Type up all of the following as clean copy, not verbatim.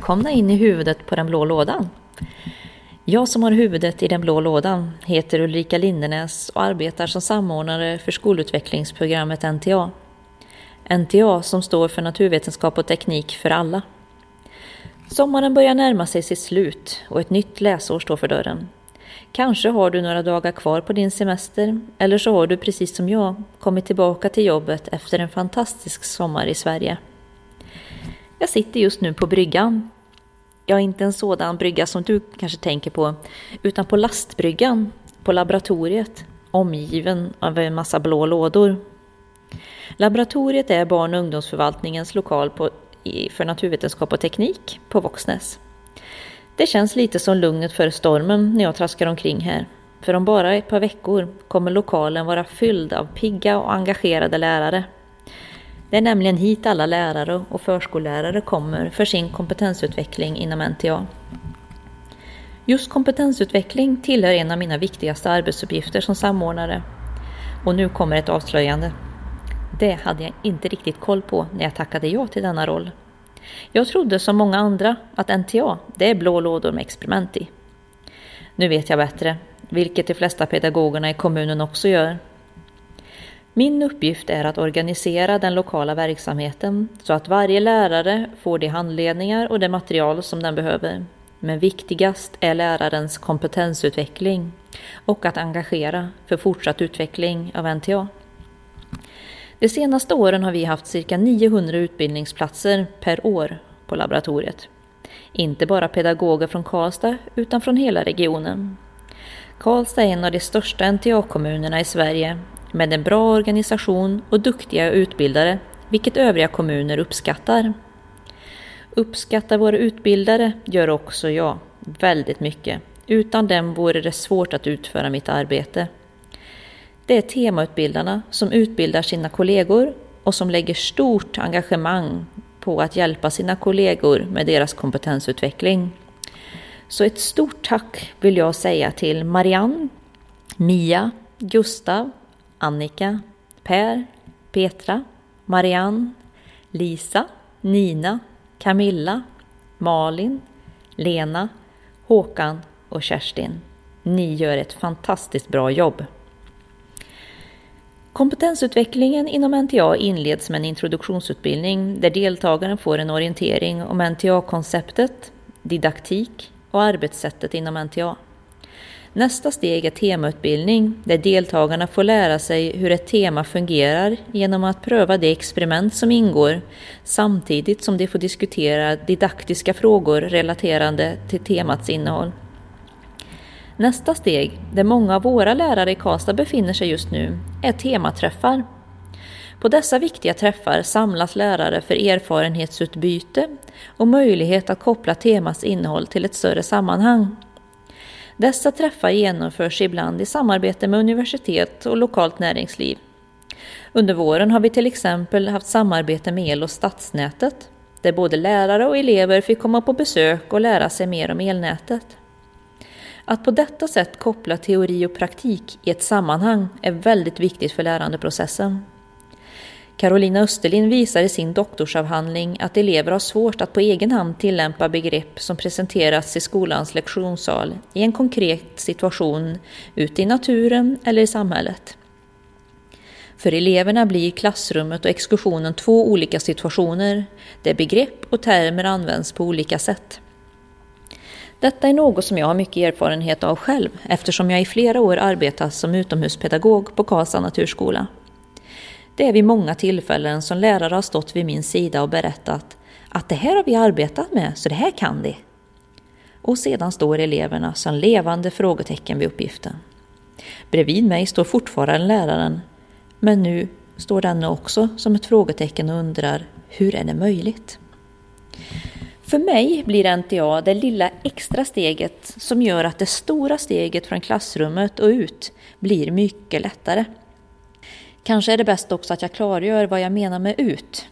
välkomna in i huvudet på den blå lådan. Jag som har huvudet i den blå lådan heter Ulrika Lindenäs och arbetar som samordnare för skolutvecklingsprogrammet NTA. NTA som står för naturvetenskap och teknik för alla. Sommaren börjar närma sig sitt slut och ett nytt läsår står för dörren. Kanske har du några dagar kvar på din semester eller så har du precis som jag kommit tillbaka till jobbet efter en fantastisk sommar i Sverige. Jag sitter just nu på bryggan. Ja, inte en sådan brygga som du kanske tänker på, utan på lastbryggan, på laboratoriet, omgiven av en massa blå lådor. Laboratoriet är barn- och ungdomsförvaltningens lokal för naturvetenskap och teknik på Våxnäs. Det känns lite som lugnet före stormen när jag traskar omkring här. För om bara ett par veckor kommer lokalen vara fylld av pigga och engagerade lärare. Det är nämligen hit alla lärare och förskollärare kommer för sin kompetensutveckling inom NTA. Just kompetensutveckling tillhör en av mina viktigaste arbetsuppgifter som samordnare. Och nu kommer ett avslöjande. Det hade jag inte riktigt koll på när jag tackade ja till denna roll. Jag trodde som många andra att NTA, det är blå lådor med experiment i. Nu vet jag bättre, vilket de flesta pedagogerna i kommunen också gör. Min uppgift är att organisera den lokala verksamheten så att varje lärare får de handledningar och det material som den behöver. Men viktigast är lärarens kompetensutveckling och att engagera för fortsatt utveckling av NTA. De senaste åren har vi haft cirka 900 utbildningsplatser per år på laboratoriet. Inte bara pedagoger från Karlstad utan från hela regionen. Karlstad är en av de största NTA-kommunerna i Sverige med en bra organisation och duktiga utbildare, vilket övriga kommuner uppskattar. Uppskattar våra utbildare gör också jag väldigt mycket. Utan dem vore det svårt att utföra mitt arbete. Det är temautbildarna som utbildar sina kollegor och som lägger stort engagemang på att hjälpa sina kollegor med deras kompetensutveckling. Så ett stort tack vill jag säga till Marianne, Mia, Gustav, Annika, Per, Petra, Marianne, Lisa, Nina, Camilla, Malin, Lena, Håkan och Kerstin. Ni gör ett fantastiskt bra jobb. Kompetensutvecklingen inom NTA inleds med en introduktionsutbildning där deltagaren får en orientering om NTA-konceptet, didaktik och arbetssättet inom NTA. Nästa steg är temautbildning där deltagarna får lära sig hur ett tema fungerar genom att pröva de experiment som ingår samtidigt som de får diskutera didaktiska frågor relaterande till temats innehåll. Nästa steg, där många av våra lärare i Karlstad befinner sig just nu, är tematräffar. På dessa viktiga träffar samlas lärare för erfarenhetsutbyte och möjlighet att koppla temats innehåll till ett större sammanhang. Dessa träffar genomförs ibland i samarbete med universitet och lokalt näringsliv. Under våren har vi till exempel haft samarbete med El- och stadsnätet, där både lärare och elever fick komma på besök och lära sig mer om elnätet. Att på detta sätt koppla teori och praktik i ett sammanhang är väldigt viktigt för lärandeprocessen. Carolina Österlind visar i sin doktorsavhandling att elever har svårt att på egen hand tillämpa begrepp som presenterats i skolans lektionssal i en konkret situation ute i naturen eller i samhället. För eleverna blir klassrummet och exkursionen två olika situationer där begrepp och termer används på olika sätt. Detta är något som jag har mycket erfarenhet av själv eftersom jag i flera år arbetat som utomhuspedagog på Karlstad naturskola. Det är vid många tillfällen som lärare har stått vid min sida och berättat att det här har vi arbetat med så det här kan de. Och sedan står eleverna som levande frågetecken vid uppgiften. Bredvid mig står fortfarande läraren, men nu står den också som ett frågetecken och undrar hur är det möjligt? För mig blir NTA det lilla extra steget som gör att det stora steget från klassrummet och ut blir mycket lättare. Kanske är det bäst också att jag klargör vad jag menar med ut.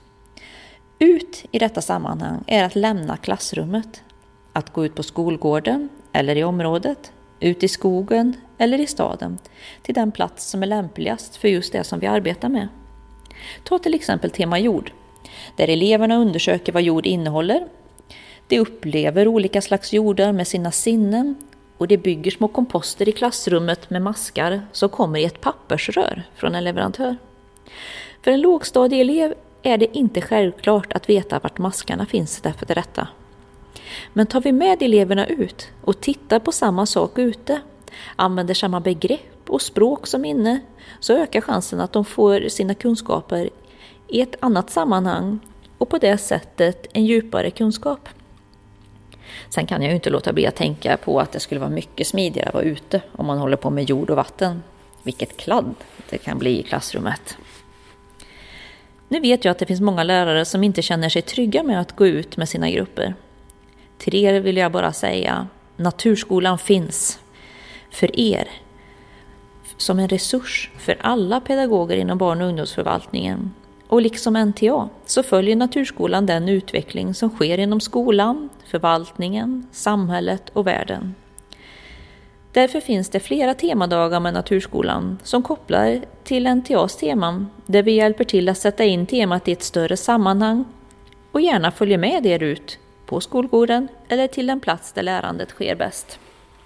Ut i detta sammanhang är att lämna klassrummet. Att gå ut på skolgården eller i området, ut i skogen eller i staden till den plats som är lämpligast för just det som vi arbetar med. Ta till exempel tema jord, där eleverna undersöker vad jord innehåller. De upplever olika slags jordar med sina sinnen och de bygger små komposter i klassrummet med maskar som kommer i ett pappersrör från en leverantör. För en lågstadieelev är det inte självklart att veta vart maskarna finns därför det rätta. Men tar vi med eleverna ut och tittar på samma sak ute, använder samma begrepp och språk som inne, så ökar chansen att de får sina kunskaper i ett annat sammanhang och på det sättet en djupare kunskap. Sen kan jag ju inte låta bli att tänka på att det skulle vara mycket smidigare att vara ute om man håller på med jord och vatten. Vilket kladd det kan bli i klassrummet. Nu vet jag att det finns många lärare som inte känner sig trygga med att gå ut med sina grupper. Till er vill jag bara säga, naturskolan finns för er som en resurs för alla pedagoger inom barn- och ungdomsförvaltningen. Och liksom NTA så följer naturskolan den utveckling som sker inom skolan, förvaltningen, samhället och världen. Därför finns det flera temadagar med naturskolan som kopplar till NTAs teman, där vi hjälper till att sätta in temat i ett större sammanhang och gärna följer med er ut på skolgården eller till den plats där lärandet sker bäst.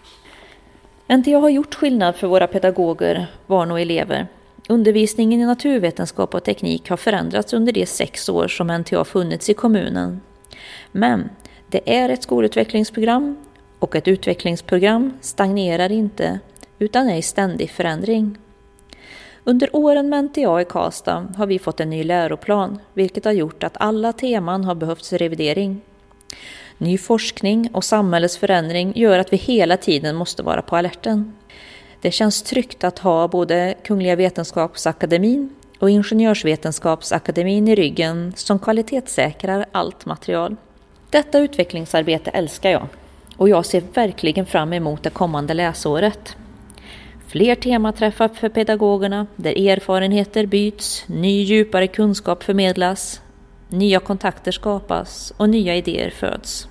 NTA har gjort skillnad för våra pedagoger, barn och elever. Undervisningen i naturvetenskap och teknik har förändrats under de 6 år som NTA funnits i kommunen. Men det är ett skolutvecklingsprogram och ett utvecklingsprogram stagnerar inte utan är i ständig förändring. Under åren med NTA i Karlstad har vi fått en ny läroplan, vilket har gjort att alla teman har behövt revidering. Ny forskning och samhällets förändring gör att vi hela tiden måste vara på alerten. Det känns tryggt att ha både Kungliga Vetenskapsakademin och Ingenjörsvetenskapsakademin i ryggen som kvalitetssäkrar allt material. Detta utvecklingsarbete älskar jag och jag ser verkligen fram emot det kommande läsåret. Fler tematräffar för pedagogerna där erfarenheter byts, ny djupare kunskap förmedlas, nya kontakter skapas och nya idéer föds.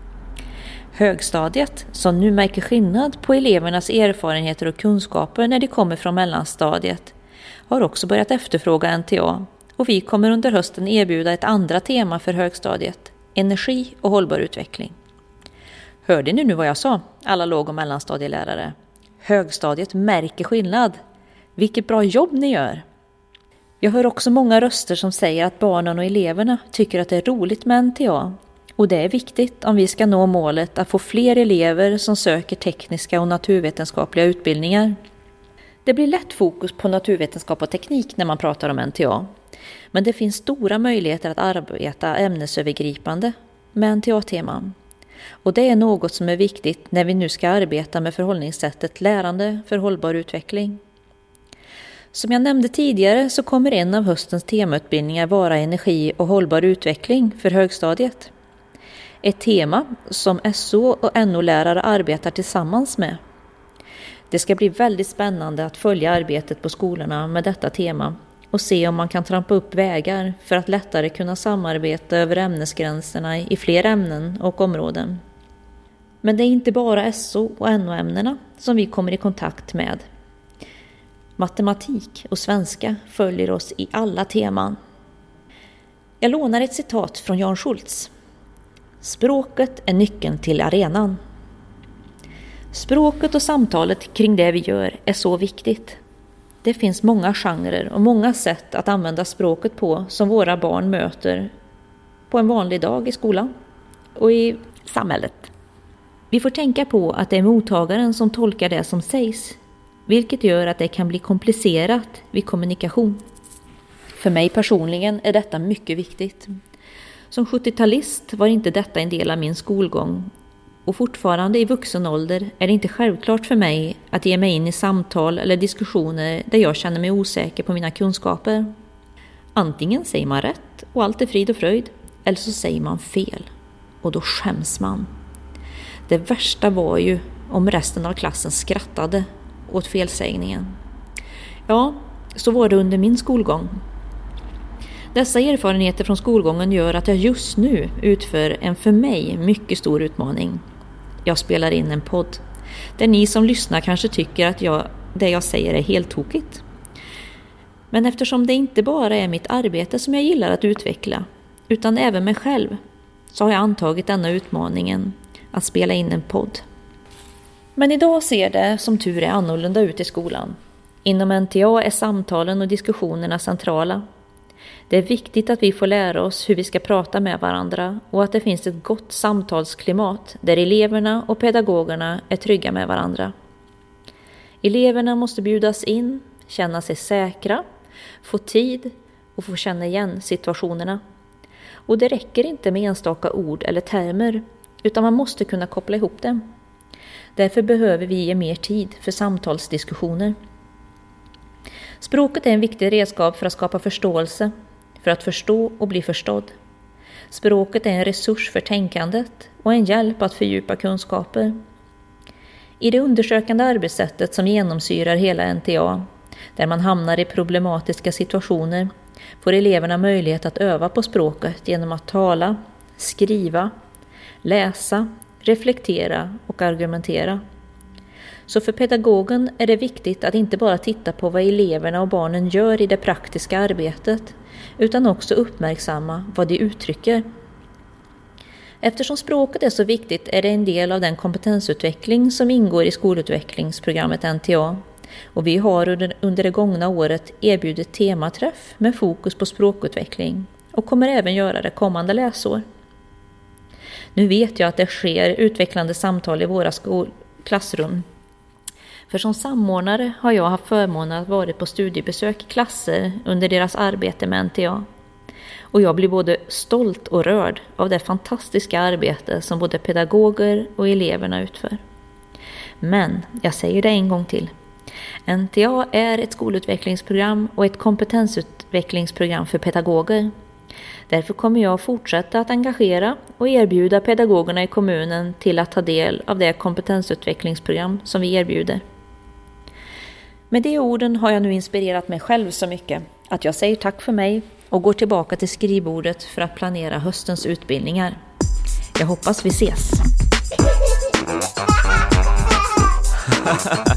Högstadiet, som nu märker skillnad på elevernas erfarenheter och kunskaper när de kommer från mellanstadiet, har också börjat efterfråga NTA och vi kommer under hösten erbjuda ett andra tema för högstadiet, energi och hållbar utveckling. Hörde ni nu vad jag sa, alla låg- och mellanstadielärare? Högstadiet märker skillnad. Vilket bra jobb ni gör! Jag hör också många röster som säger att barnen och eleverna tycker att det är roligt med NTA. Och det är viktigt om vi ska nå målet att få fler elever som söker tekniska och naturvetenskapliga utbildningar. Det blir lätt fokus på naturvetenskap och teknik när man pratar om NTA. Men det finns stora möjligheter att arbeta ämnesövergripande med NTA-teman. Och det är något som är viktigt när vi nu ska arbeta med förhållningssättet lärande för hållbar utveckling. Som jag nämnde tidigare så kommer en av höstens temautbildningar vara energi och hållbar utveckling för högstadiet. Ett tema som SO och NO-lärare arbetar tillsammans med. Det ska bli väldigt spännande att följa arbetet på skolorna med detta tema och se om man kan trampa upp vägar för att lättare kunna samarbeta över ämnesgränserna i fler ämnen och områden. Men det är inte bara SO och NO-ämnena som vi kommer i kontakt med. Matematik och svenska följer oss i alla teman. Jag lånar ett citat från Jan Schultz. Språket är nyckeln till arenan. Språket och samtalet kring det vi gör är så viktigt. Det finns många genrer och många sätt att använda språket på som våra barn möter på en vanlig dag i skolan och i samhället. Vi får tänka på att det är mottagaren som tolkar det som sägs, vilket gör att det kan bli komplicerat vid kommunikation. För mig personligen är detta mycket viktigt. Som 70-talist var inte detta en del av min skolgång och fortfarande i vuxen ålder är det inte självklart för mig att ge mig in i samtal eller diskussioner där jag känner mig osäker på mina kunskaper. Antingen säger man rätt och allt är frid och fröjd, eller så säger man fel och då skäms man. Det värsta var ju om resten av klassen skrattade åt felsägningen. Ja, så var det under min skolgång. Dessa erfarenheter från skolgången gör att jag just nu utför en för mig mycket stor utmaning. Jag spelar in en podd där ni som lyssnar kanske tycker att det jag säger är helt tokigt. Men eftersom det inte bara är mitt arbete som jag gillar att utveckla, utan även mig själv, så har jag antagit denna utmaningen att spela in en podd. Men idag ser det som tur är annorlunda ut i skolan. Inom NTA är samtalen och diskussionerna centrala. Det är viktigt att vi får lära oss hur vi ska prata med varandra och att det finns ett gott samtalsklimat där eleverna och pedagogerna är trygga med varandra. Eleverna måste bjudas in, känna sig säkra, få tid och få känna igen situationerna. Och det räcker inte med enstaka ord eller termer, utan man måste kunna koppla ihop dem. Därför behöver vi ge mer tid för samtalsdiskussioner. Språket är en viktig redskap för att skapa förståelse, för att förstå och bli förstådd. Språket är en resurs för tänkandet och en hjälp att fördjupa kunskaper. I det undersökande arbetssättet som genomsyrar hela NTA, där man hamnar i problematiska situationer, får eleverna möjlighet att öva på språket genom att tala, skriva, läsa, reflektera och argumentera. Så för pedagogen är det viktigt att inte bara titta på vad eleverna och barnen gör i det praktiska arbetet, utan också uppmärksamma vad de uttrycker. Eftersom språket är så viktigt är det en del av den kompetensutveckling som ingår i skolutvecklingsprogrammet NTA. Och vi har under det gångna året erbjudit tematräff med fokus på språkutveckling och kommer även göra det kommande läsår. Nu vet jag att det sker utvecklande samtal i våra klassrum. För som samordnare har jag haft förmånen att vara på studiebesök i klasser under deras arbete med NTA. Och jag blir både stolt och rörd av det fantastiska arbete som både pedagoger och eleverna utför. Men jag säger det en gång till. NTA är ett skolutvecklingsprogram och ett kompetensutvecklingsprogram för pedagoger. Därför kommer jag fortsätta att engagera och erbjuda pedagogerna i kommunen till att ta del av det kompetensutvecklingsprogram som vi erbjuder. Med de orden har jag nu inspirerat mig själv så mycket att jag säger tack för mig och går tillbaka till skrivbordet för att planera höstens utbildningar. Jag hoppas vi ses!